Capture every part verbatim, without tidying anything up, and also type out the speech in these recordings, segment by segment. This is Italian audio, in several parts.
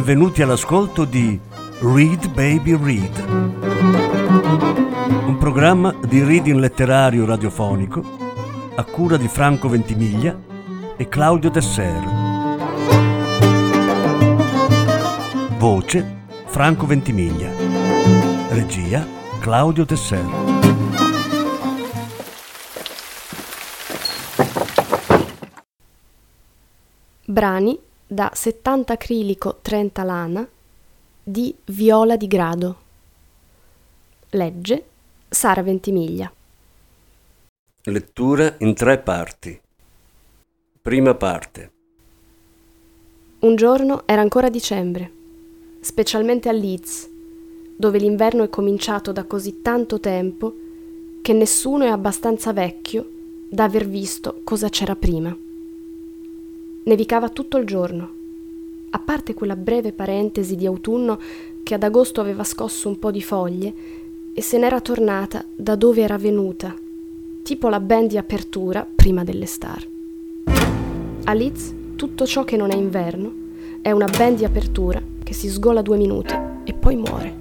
benvenuti all'ascolto di Read Baby Read, un programma di reading letterario radiofonico a cura di Franco Ventimiglia e Claudio Desser. Voce Franco Ventimiglia. Regia Claudio Desser. Brani da settanta acrilico trenta lana di Viola di Grado. Legge Sara Ventimiglia. Lettura in tre parti. Prima parte. Un giorno era ancora dicembre, specialmente a Leeds, dove l'inverno è cominciato da così tanto tempo che nessuno è abbastanza vecchio da aver visto cosa c'era prima. Nevicava tutto il giorno, a parte quella breve parentesi di autunno che ad agosto aveva scosso un po' di foglie e se n'era tornata da dove era venuta, tipo la band di apertura prima delle star. A Leeds tutto ciò che non è inverno è una band di apertura che si sgola due minuti e poi muore.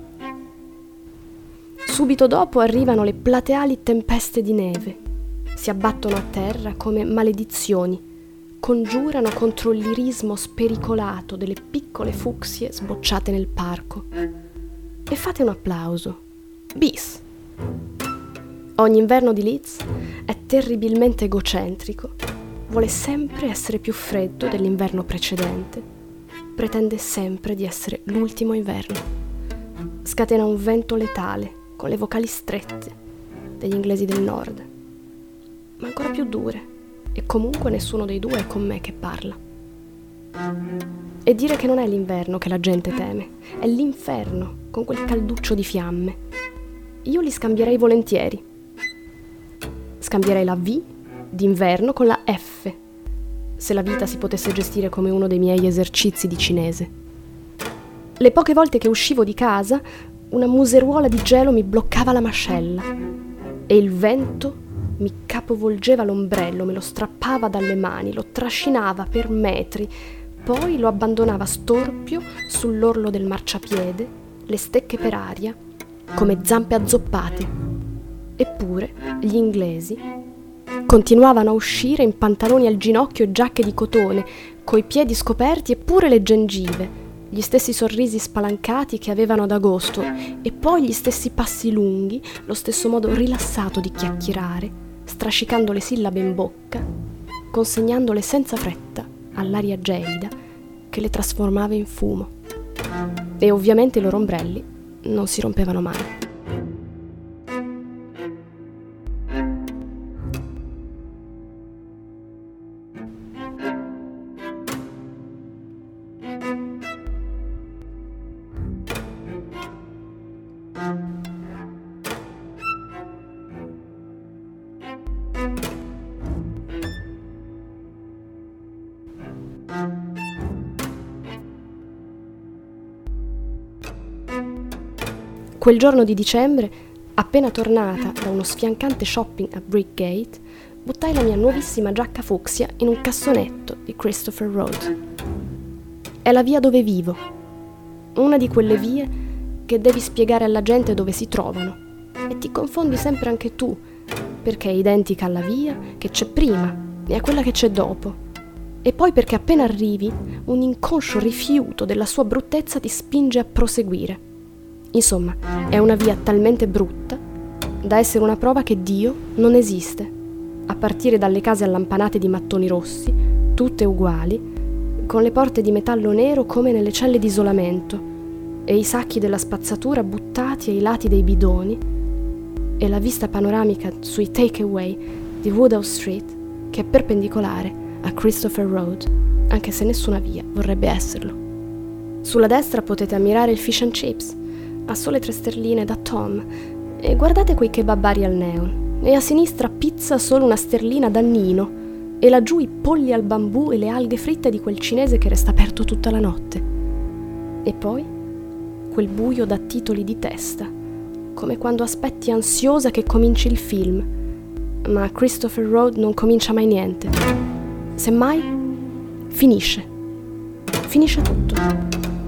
Subito dopo arrivano le plateali tempeste di neve, si abbattono a terra come maledizioni, congiurano contro l'irismo spericolato delle piccole fucsie sbocciate nel parco. E fate un applauso. Bis! Ogni inverno di Leeds è terribilmente egocentrico, vuole sempre essere più freddo dell'inverno precedente, pretende sempre di essere l'ultimo inverno. Scatena un vento letale con le vocali strette degli inglesi del nord, ma ancora più dure. E comunque nessuno dei due è con me che parla. E dire che non è l'inverno che la gente teme, è l'inferno con quel calduccio di fiamme. Io li scambierei volentieri. Scambierei la V d'inverno con la F, se la vita si potesse gestire come uno dei miei esercizi di cinese. Le poche volte che uscivo di casa, una museruola di gelo mi bloccava la mascella e il vento mi capovolgeva l'ombrello, me lo strappava dalle mani, lo trascinava per metri, poi lo abbandonava storpio sull'orlo del marciapiede, le stecche per aria, come zampe azzoppate. Eppure gli inglesi continuavano a uscire in pantaloni al ginocchio e giacche di cotone, coi piedi scoperti eppure le gengive, gli stessi sorrisi spalancati che avevano ad agosto e poi gli stessi passi lunghi, lo stesso modo rilassato di chiacchierare, strascicando le sillabe in bocca, consegnandole senza fretta all'aria gelida che le trasformava in fumo. E ovviamente i loro ombrelli non si rompevano mai. Quel giorno di dicembre, appena tornata da uno sfiancante shopping a Brickgate, buttai la mia nuovissima giacca fucsia in un cassonetto di Christopher Road. È la via dove vivo, una di quelle vie che devi spiegare alla gente dove si trovano, e ti confondi sempre anche tu, perché è identica alla via che c'è prima e a quella che c'è dopo, e poi perché appena arrivi un inconscio rifiuto della sua bruttezza ti spinge a proseguire. Insomma, è una via talmente brutta da essere una prova che Dio non esiste, a partire dalle case allampanate di mattoni rossi, tutte uguali, con le porte di metallo nero come nelle celle di isolamento, e i sacchi della spazzatura buttati ai lati dei bidoni, e la vista panoramica sui takeaway di Woodhouse Street, che è perpendicolare a Christopher Road, anche se nessuna via vorrebbe esserlo. Sulla destra potete ammirare il fish and chips, a sole tre sterline da Tom, e guardate quei kebabari al neon, e a sinistra pizza solo una sterlina da Nino, e laggiù i polli al bambù e le alghe fritte di quel cinese che resta aperto tutta la notte. E poi quel buio da titoli di testa, come quando aspetti ansiosa che cominci il film, ma a Christopher Road non comincia mai niente. Semmai finisce, finisce tutto.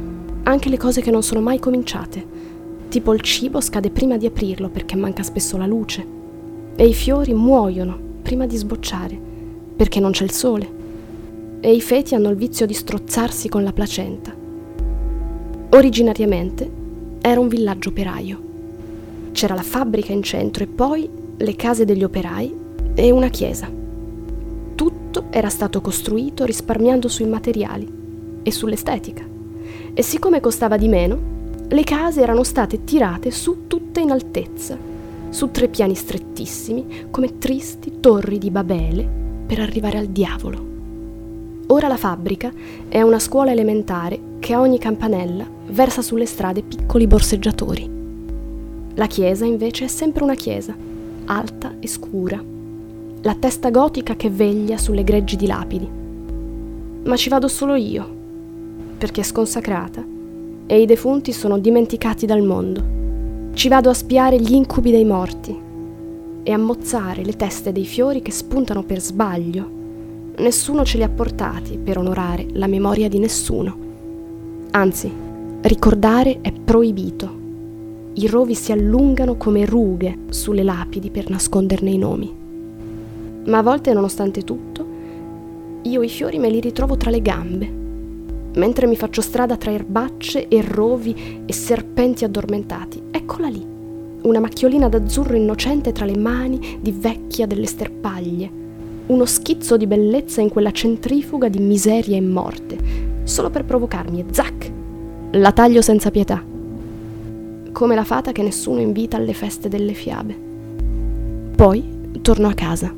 anche le cose che non sono mai cominciate. Tipo il cibo scade prima di aprirlo perché manca spesso la luce. E i fiori muoiono prima di sbocciare perché non c'è il sole. E i feti hanno il vizio di strozzarsi con la placenta. Originariamente era un villaggio operaio. C'era la fabbrica in centro e poi le case degli operai e una chiesa. Tutto era stato costruito risparmiando sui materiali e sull'estetica. E siccome costava di meno, le case erano state tirate su tutte in altezza, su tre piani strettissimi, come tristi torri di Babele per arrivare al diavolo. Ora la fabbrica è una scuola elementare che a ogni campanella versa sulle strade piccoli borseggiatori. La chiesa invece è sempre una chiesa, alta e scura, la testa gotica che veglia sulle greggi di lapidi. Ma ci vado solo io, perché è sconsacrata e i defunti sono dimenticati dal mondo. Ci vado a spiare gli incubi dei morti e a mozzare le teste dei fiori che spuntano per sbaglio. Nessuno ce li ha portati per onorare la memoria di nessuno. Anzi, ricordare è proibito. I rovi si allungano come rughe sulle lapidi per nasconderne i nomi. Ma a volte, nonostante tutto, io i fiori me li ritrovo tra le gambe, mentre mi faccio strada tra erbacce e rovi e serpenti addormentati. Eccola lì, una macchiolina d'azzurro innocente tra le mani di vecchia delle sterpaglie, uno schizzo di bellezza in quella centrifuga di miseria e morte, solo per provocarmi e zac, la taglio senza pietà, come la fata che nessuno invita alle feste delle fiabe. Poi torno a casa.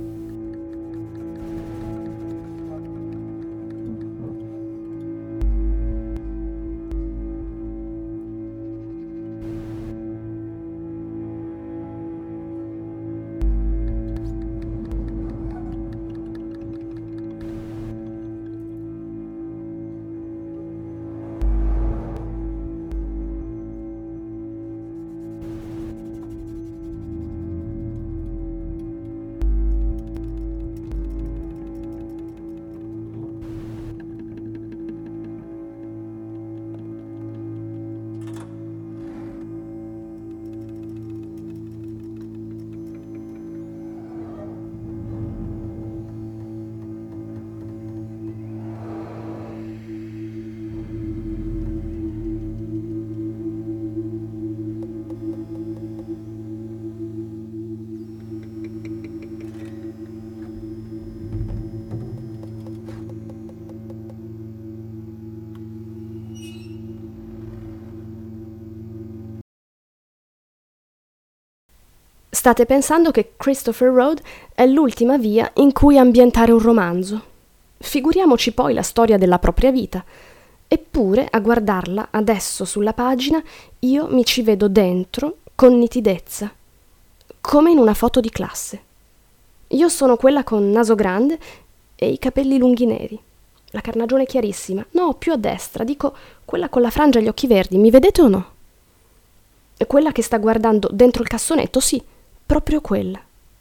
State pensando che Christopher Road è l'ultima via in cui ambientare un romanzo. Figuriamoci poi la storia della propria vita. Eppure, a guardarla adesso sulla pagina, io mi ci vedo dentro con nitidezza, come in una foto di classe. Io sono quella con naso grande e i capelli lunghi neri, la carnagione chiarissima, no, più a destra, dico quella con la frangia e gli occhi verdi, mi vedete o no? E quella che sta guardando dentro il cassonetto, sì, proprio quella.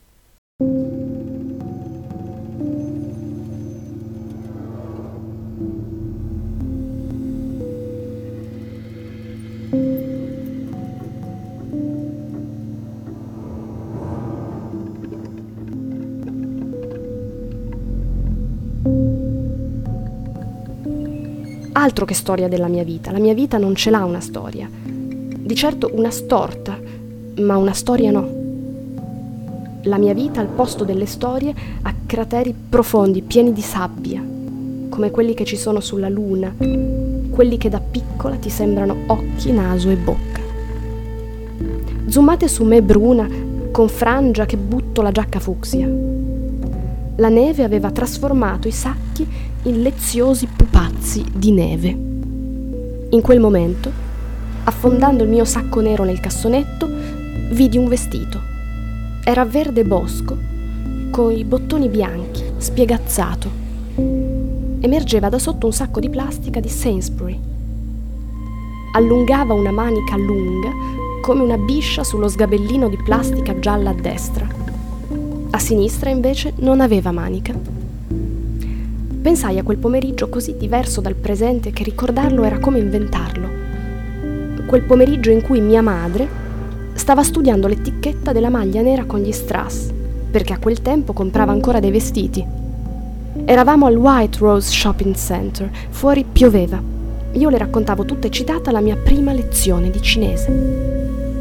Altro che storia della mia vita, la mia vita non ce l'ha una storia. Di certo una storta, ma una storia no. La mia vita al posto delle storie ha crateri profondi, pieni di sabbia, come quelli che ci sono sulla luna, quelli che da piccola ti sembrano occhi, naso e bocca. Zoomate su me bruna, con frangia che butto la giacca fucsia. La neve aveva trasformato i sacchi in leziosi pupazzi di neve. In quel momento, affondando il mio sacco nero nel cassonetto, vidi un vestito. Era verde bosco, con i bottoni bianchi, spiegazzato. Emergeva da sotto un sacco di plastica di Sainsbury. Allungava una manica lunga, come una biscia sullo sgabellino di plastica gialla a destra. A sinistra, invece, non aveva manica. Pensai a quel pomeriggio così diverso dal presente che ricordarlo era come inventarlo. Quel pomeriggio in cui mia madre stava studiando l'etichetta della maglia nera con gli strass, perché a quel tempo comprava ancora dei vestiti. Eravamo al White Rose Shopping Center, fuori pioveva. Io le raccontavo tutta eccitata la mia prima lezione di cinese.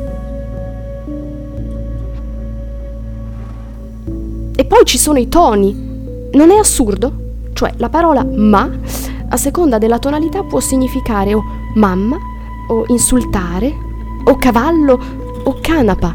E poi ci sono i toni. Non è assurdo? Cioè, la parola ma, a seconda della tonalità, può significare o mamma, o insultare, o cavallo, o canapa.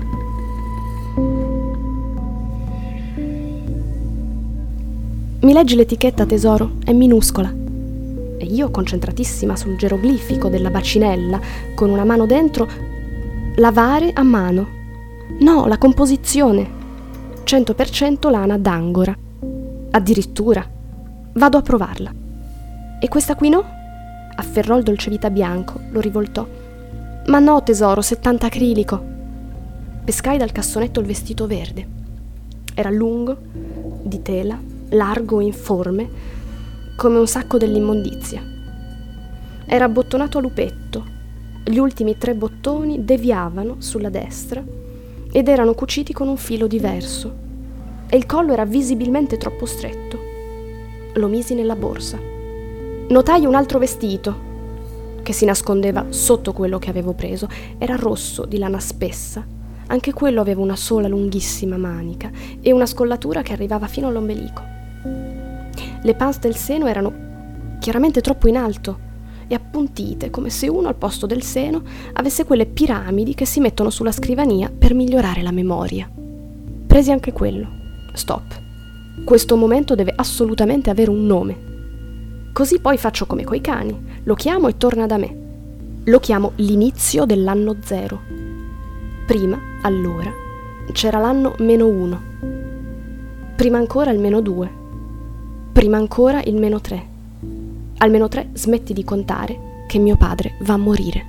Mi leggi l'etichetta, tesoro? È minuscola. E io, concentratissima sul geroglifico della bacinella, con una mano dentro, lavare a mano. No, la composizione. cento per cento lana d'angora. Addirittura. Vado a provarla. E questa qui no? Afferrò il dolcevita bianco, lo rivoltò. Ma no, tesoro, settanta acrilico. Pescai dal cassonetto il vestito verde. Era lungo, di tela, largo e informe, come un sacco dell'immondizia. Era abbottonato a lupetto. Gli ultimi tre bottoni deviavano sulla destra ed erano cuciti con un filo diverso, e il collo era visibilmente troppo stretto. Lo misi nella borsa. Notai un altro vestito che si nascondeva sotto quello che avevo preso. Era rosso, di lana spessa. Anche quello aveva una sola lunghissima manica e una scollatura che arrivava fino all'ombelico. Le pants del seno erano chiaramente troppo in alto e appuntite, come se uno al posto del seno avesse quelle piramidi che si mettono sulla scrivania per migliorare la memoria. Presi anche quello. Stop. Questo momento deve assolutamente avere un nome. Così poi faccio come coi cani. Lo chiamo e torna da me. Lo chiamo l'inizio dell'anno zero. Prima, allora, c'era l'anno meno uno. Prima ancora il meno due. Prima ancora il meno tre. Al meno tre smetti di contare che mio padre va a morire.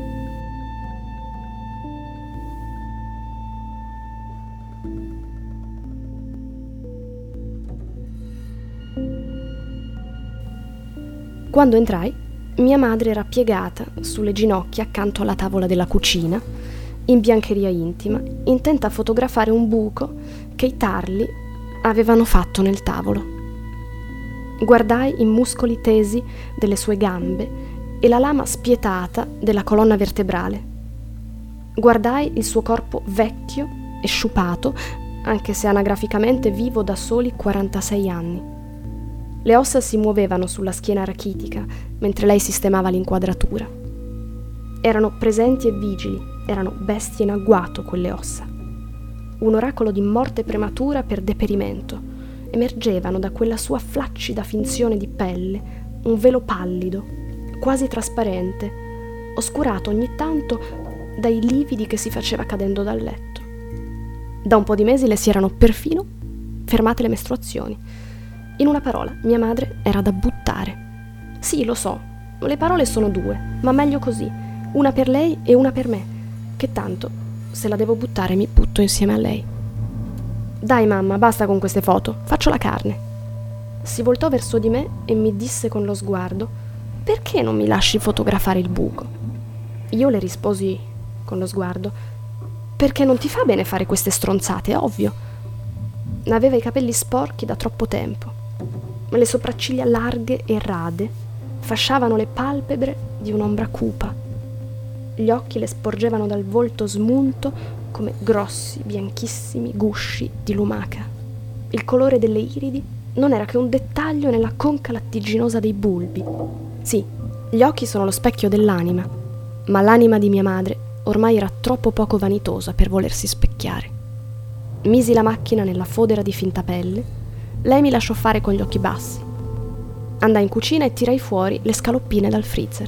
Quando entrai, mia madre era piegata sulle ginocchia accanto alla tavola della cucina, in biancheria intima, intenta a fotografare un buco che i tarli avevano fatto nel tavolo. Guardai i muscoli tesi delle sue gambe e la lama spietata della colonna vertebrale. Guardai il suo corpo vecchio e sciupato, anche se anagraficamente vivo da soli quarantasei anni. Le ossa si muovevano sulla schiena rachitica mentre lei sistemava l'inquadratura. Erano presenti e vigili, erano bestie in agguato quelle ossa. Un oracolo di morte prematura per deperimento. Emergevano da quella sua flaccida finzione di pelle un velo pallido, quasi trasparente, oscurato ogni tanto dai lividi che si faceva cadendo dal letto. Da un po' di mesi le si erano perfino fermate le mestruazioni. In una parola, mia madre era da buttare. Sì, lo so, le parole sono due, ma meglio così, una per lei e una per me, che tanto, se la devo buttare, mi butto insieme a lei. Dai mamma, basta con queste foto, faccio la carne. Si voltò verso di me e mi disse con lo sguardo: perché non mi lasci fotografare il buco? Io le risposi con lo sguardo: perché non ti fa bene fare queste stronzate, è ovvio. Aveva i capelli sporchi da troppo tempo. Le sopracciglia larghe e rade fasciavano le palpebre di un'ombra cupa. Gli occhi le sporgevano dal volto smunto come grossi, bianchissimi gusci di lumaca. Il colore delle iridi non era che un dettaglio nella conca lattiginosa dei bulbi. Sì, gli occhi sono lo specchio dell'anima, ma l'anima di mia madre ormai era troppo poco vanitosa per volersi specchiare. Misi la macchina nella fodera di fintapelle. Lei mi lasciò fare con gli occhi bassi. Andai in cucina e tirai fuori le scaloppine dal freezer.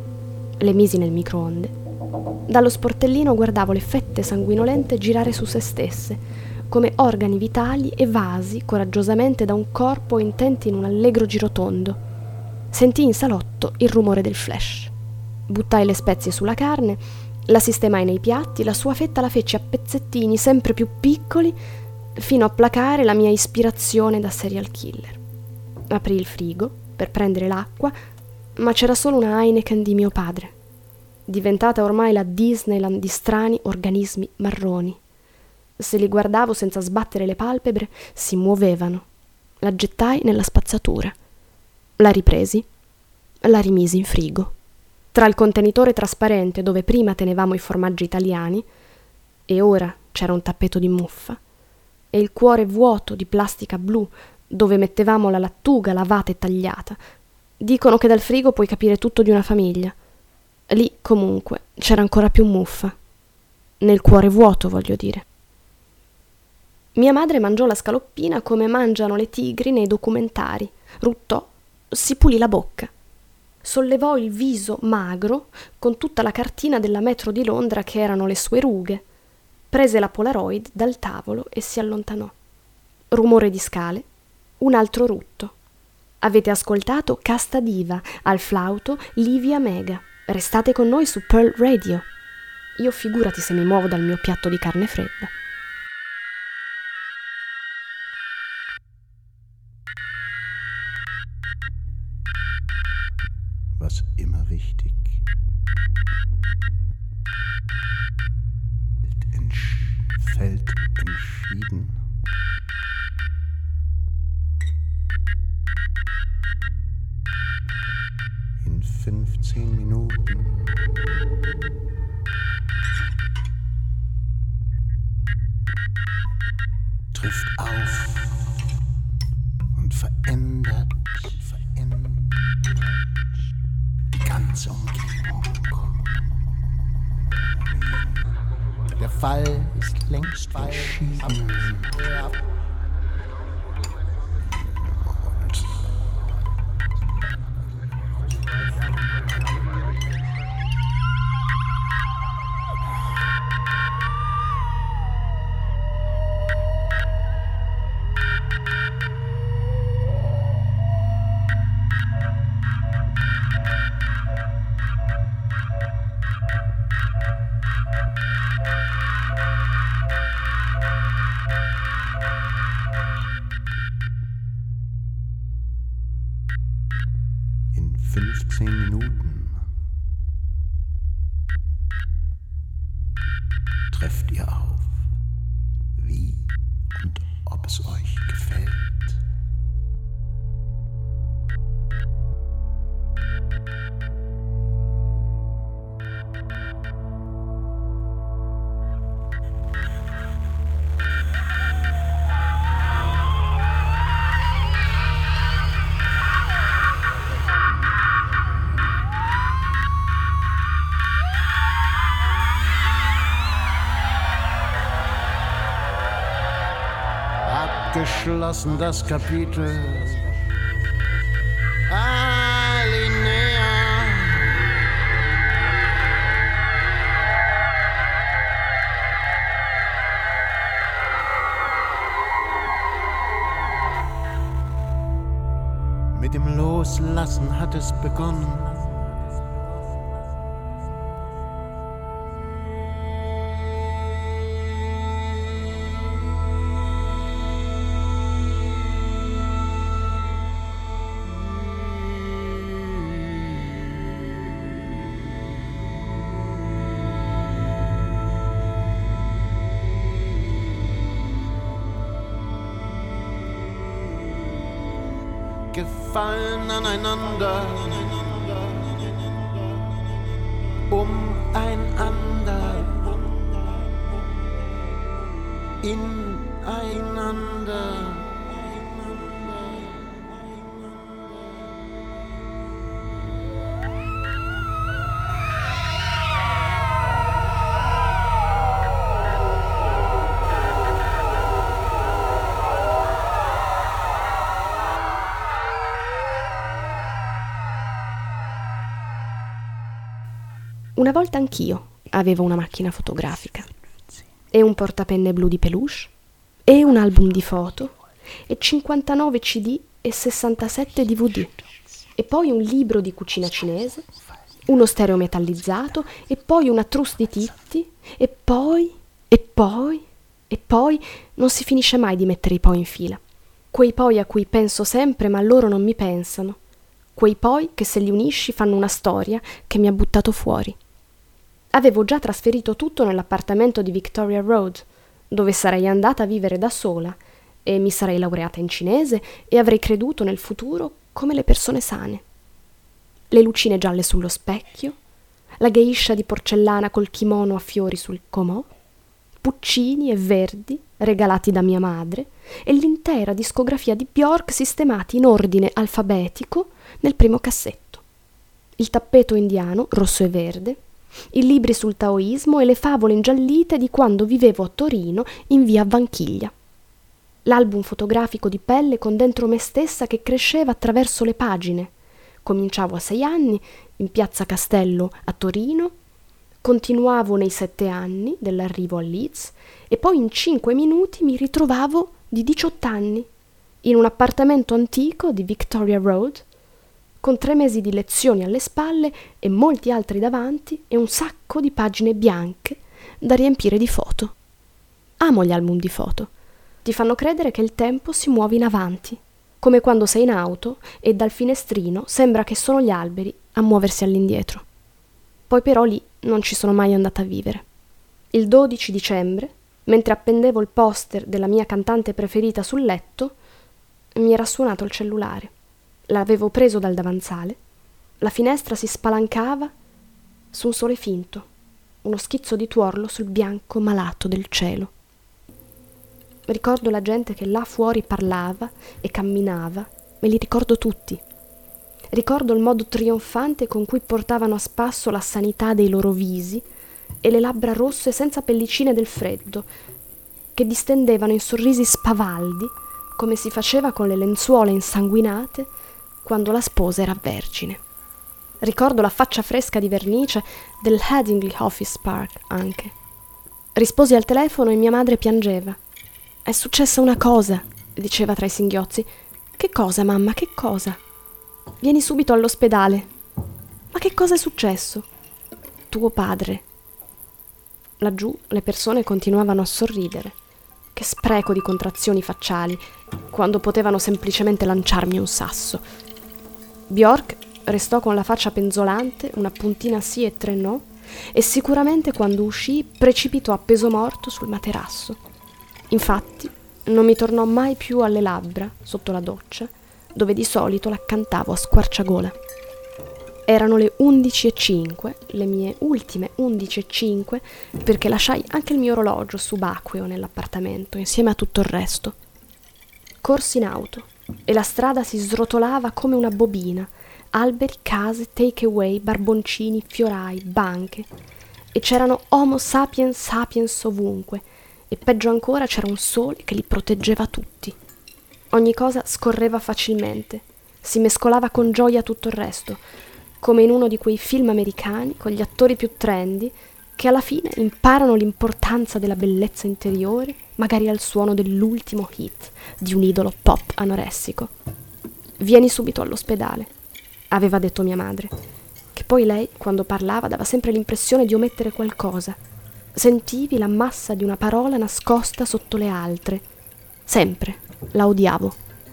Le misi nel microonde. Dallo sportellino guardavo le fette sanguinolente girare su se stesse, come organi vitali e vasi coraggiosamente da un corpo intenti in un allegro girotondo. Sentii in salotto il rumore del flash. Buttai le spezie sulla carne, la sistemai nei piatti, la sua fetta la feci a pezzettini sempre più piccoli, fino a placare la mia ispirazione da serial killer. Aprì il frigo per prendere l'acqua, ma c'era solo una Heineken di mio padre, diventata ormai la Disneyland di strani organismi marroni. Se li guardavo senza sbattere le palpebre, si muovevano. La gettai nella spazzatura. La ripresi, la rimisi in frigo. Tra il contenitore trasparente dove prima tenevamo i formaggi italiani, e ora c'era un tappeto di muffa, e il cuore vuoto di plastica blu dove mettevamo la lattuga lavata e tagliata. Dicono che dal frigo puoi capire tutto di una famiglia. Lì, comunque, c'era ancora più muffa. Nel cuore vuoto, voglio dire. Mia madre mangiò la scaloppina come mangiano le tigri nei documentari. Ruttò, si pulì la bocca. Sollevò il viso magro con tutta la cartina della metro di Londra che erano le sue rughe. Prese la Polaroid dal tavolo e si allontanò. Rumore di scale, un altro rutto. Avete ascoltato Casta Diva, al flauto Livia Mega. Restate con noi su Pearl Radio. Io figurati se mi muovo dal mio piatto di carne fredda. Was immer wichtig. Fällt entschieden. In fünfzehn Minuten. Trifft auf und verändert, verändert die ganze Umgebung. Der Fall ist längst entschieden. fünfzehn Minuten trefft ihr auf, wie und ob es euch gefällt. Geschlossen das Kapitel. Alinea. Mit dem Loslassen hat es begonnen. Gefallen aneinander, umeinander, ineinander. Una volta anch'io avevo una macchina fotografica e un portapenne blu di peluche e un album di foto e cinquantanove C D e sessantasette D V D e poi un libro di cucina cinese, uno stereo metallizzato e poi una trousse di Titti e poi, e poi, e poi non si finisce mai di mettere i poi in fila. Quei poi a cui penso sempre ma loro non mi pensano. Quei poi che se li unisci fanno una storia che mi ha buttato fuori. Avevo già trasferito tutto nell'appartamento di Victoria Road, dove sarei andata a vivere da sola e mi sarei laureata in cinese e avrei creduto nel futuro come le persone sane. Le lucine gialle sullo specchio, la geisha di porcellana col kimono a fiori sul comò, puccini e verdi regalati da mia madre e l'intera discografia di Björk sistemati in ordine alfabetico nel primo cassetto. Il tappeto indiano, rosso e verde, i libri sul taoismo e le favole ingiallite di quando vivevo a Torino in via Vanchiglia. L'album fotografico di pelle con dentro me stessa che cresceva attraverso le pagine. Cominciavo a sei anni, in piazza Castello a Torino, continuavo nei sette anni dell'arrivo a Leeds e poi in cinque minuti mi ritrovavo di diciotto anni, in un appartamento antico di Victoria Road, con tre mesi di lezioni alle spalle e molti altri davanti e un sacco di pagine bianche da riempire di foto. Amo gli album di foto. Ti fanno credere che il tempo si muove in avanti, come quando sei in auto e dal finestrino sembra che sono gli alberi a muoversi all'indietro. Poi però lì non ci sono mai andata a vivere. Il dodici dicembre, mentre appendevo il poster della mia cantante preferita sul letto, mi era suonato il cellulare. L'avevo preso dal davanzale, la finestra si spalancava su un sole finto, uno schizzo di tuorlo sul bianco malato del cielo. Ricordo la gente che là fuori parlava e camminava, me li ricordo tutti. Ricordo il modo trionfante con cui portavano a spasso la sanità dei loro visi e le labbra rosse senza pellicine del freddo, che distendevano in sorrisi spavaldi, come si faceva con le lenzuola insanguinate quando la sposa era vergine. Ricordo la faccia fresca di vernice del Headingley Office Park anche. Risposi al telefono e mia madre piangeva. «È successa una cosa», diceva tra i singhiozzi. «Che cosa, mamma, che cosa?» «Vieni subito all'ospedale». «Ma che cosa è successo?» «Tuo padre». Laggiù le persone continuavano a sorridere. Che spreco di contrazioni facciali, quando potevano semplicemente lanciarmi un sasso. Björk restò con la faccia penzolante, una puntina sì e tre no, e sicuramente quando uscì precipitò a peso morto sul materasso. Infatti non mi tornò mai più alle labbra sotto la doccia, dove di solito la cantavo a squarciagola. Erano le undici e cinque, le mie ultime undici e cinque, perché lasciai anche il mio orologio subacqueo nell'appartamento, insieme a tutto il resto. Corsi in auto e la strada si srotolava come una bobina, alberi, case, take away, barboncini, fiorai, banche. E c'erano Homo sapiens sapiens ovunque, e peggio ancora c'era un sole che li proteggeva tutti. Ogni cosa scorreva facilmente, si mescolava con gioia tutto il resto, come in uno di quei film americani con gli attori più trendy che alla fine imparano l'importanza della bellezza interiore, magari al suono dell'ultimo hit di un idolo pop anoressico. «Vieni subito all'ospedale», aveva detto mia madre, che poi lei, quando parlava, dava sempre l'impressione di omettere qualcosa. Sentivi la massa di una parola nascosta sotto le altre. Sempre, la odiavo.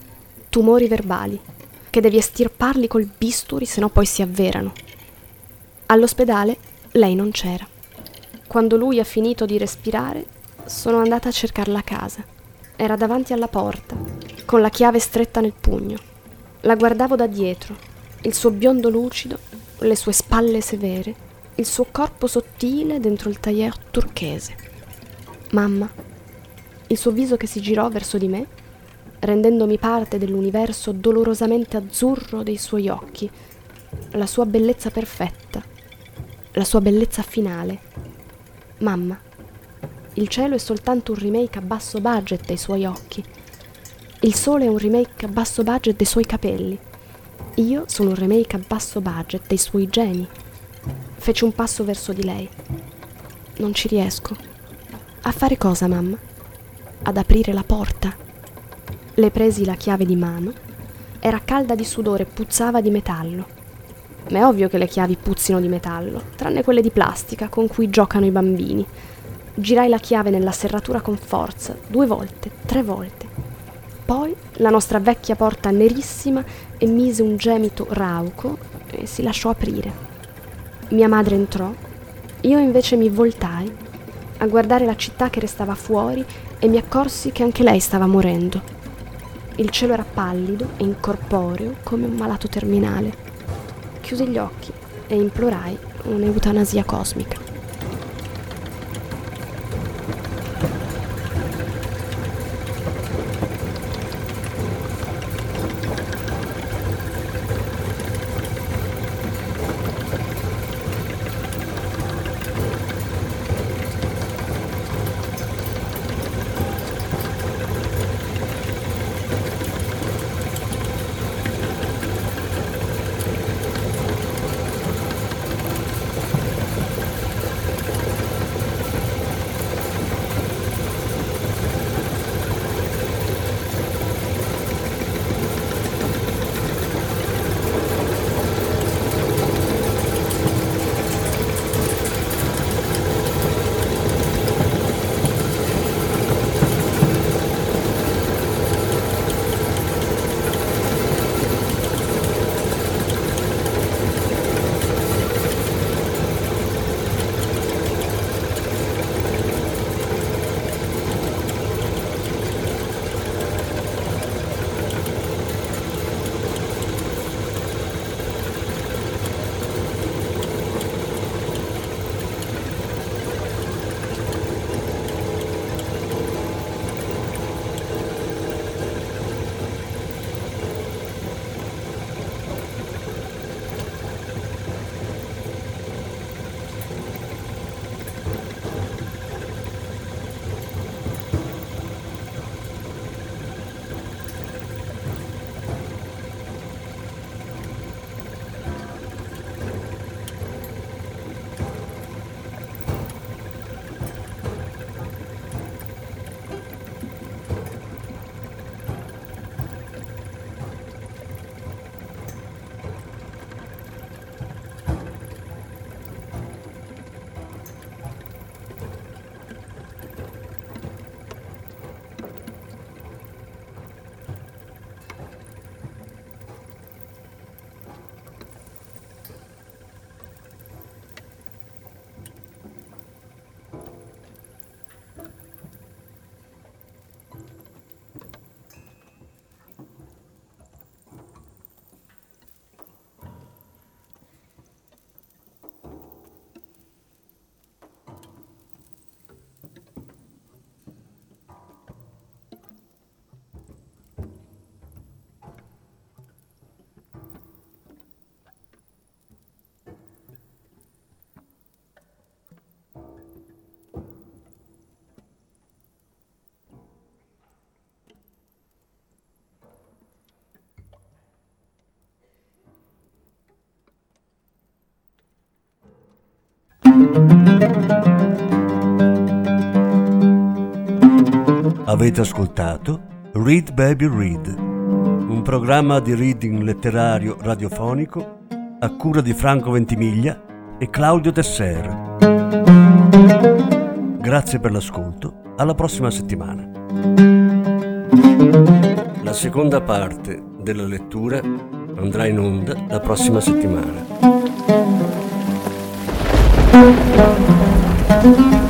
Tumori verbali, che devi estirparli col bisturi, se no poi si avverano. All'ospedale lei non c'era. Quando lui ha finito di respirare, sono andata a cercarla a casa. Era davanti alla porta, con la chiave stretta nel pugno. La guardavo da dietro, il suo biondo lucido, le sue spalle severe, il suo corpo sottile dentro il tailleur turchese. Mamma, il suo viso che si girò verso di me, rendendomi parte dell'universo dolorosamente azzurro dei suoi occhi, la sua bellezza perfetta, la sua bellezza finale. Mamma, il cielo è soltanto un remake a basso budget dei suoi occhi. Il sole è un remake a basso budget dei suoi capelli. Io sono un remake a basso budget dei suoi geni. Fece un passo verso di lei. Non ci riesco. A fare cosa, mamma? Ad aprire la porta. Le presi la chiave di mano. Era calda di sudore e puzzava di metallo. Ma è ovvio che le chiavi puzzino di metallo, tranne quelle di plastica con cui giocano i bambini. Girai la chiave nella serratura con forza, due volte, tre volte. Poi la nostra vecchia porta nerissima emise un gemito rauco e si lasciò aprire. Mia madre entrò, io invece mi voltai a guardare la città che restava fuori e mi accorsi che anche lei stava morendo. Il cielo era pallido e incorporeo come un malato terminale. Chiusi gli occhi e implorai un'eutanasia cosmica. Avete ascoltato Read Baby Read, un programma di reading letterario radiofonico a cura di Franco Ventimiglia e Claudio Tesser. Grazie per l'ascolto, alla prossima settimana. La seconda parte della lettura andrà in onda la prossima settimana.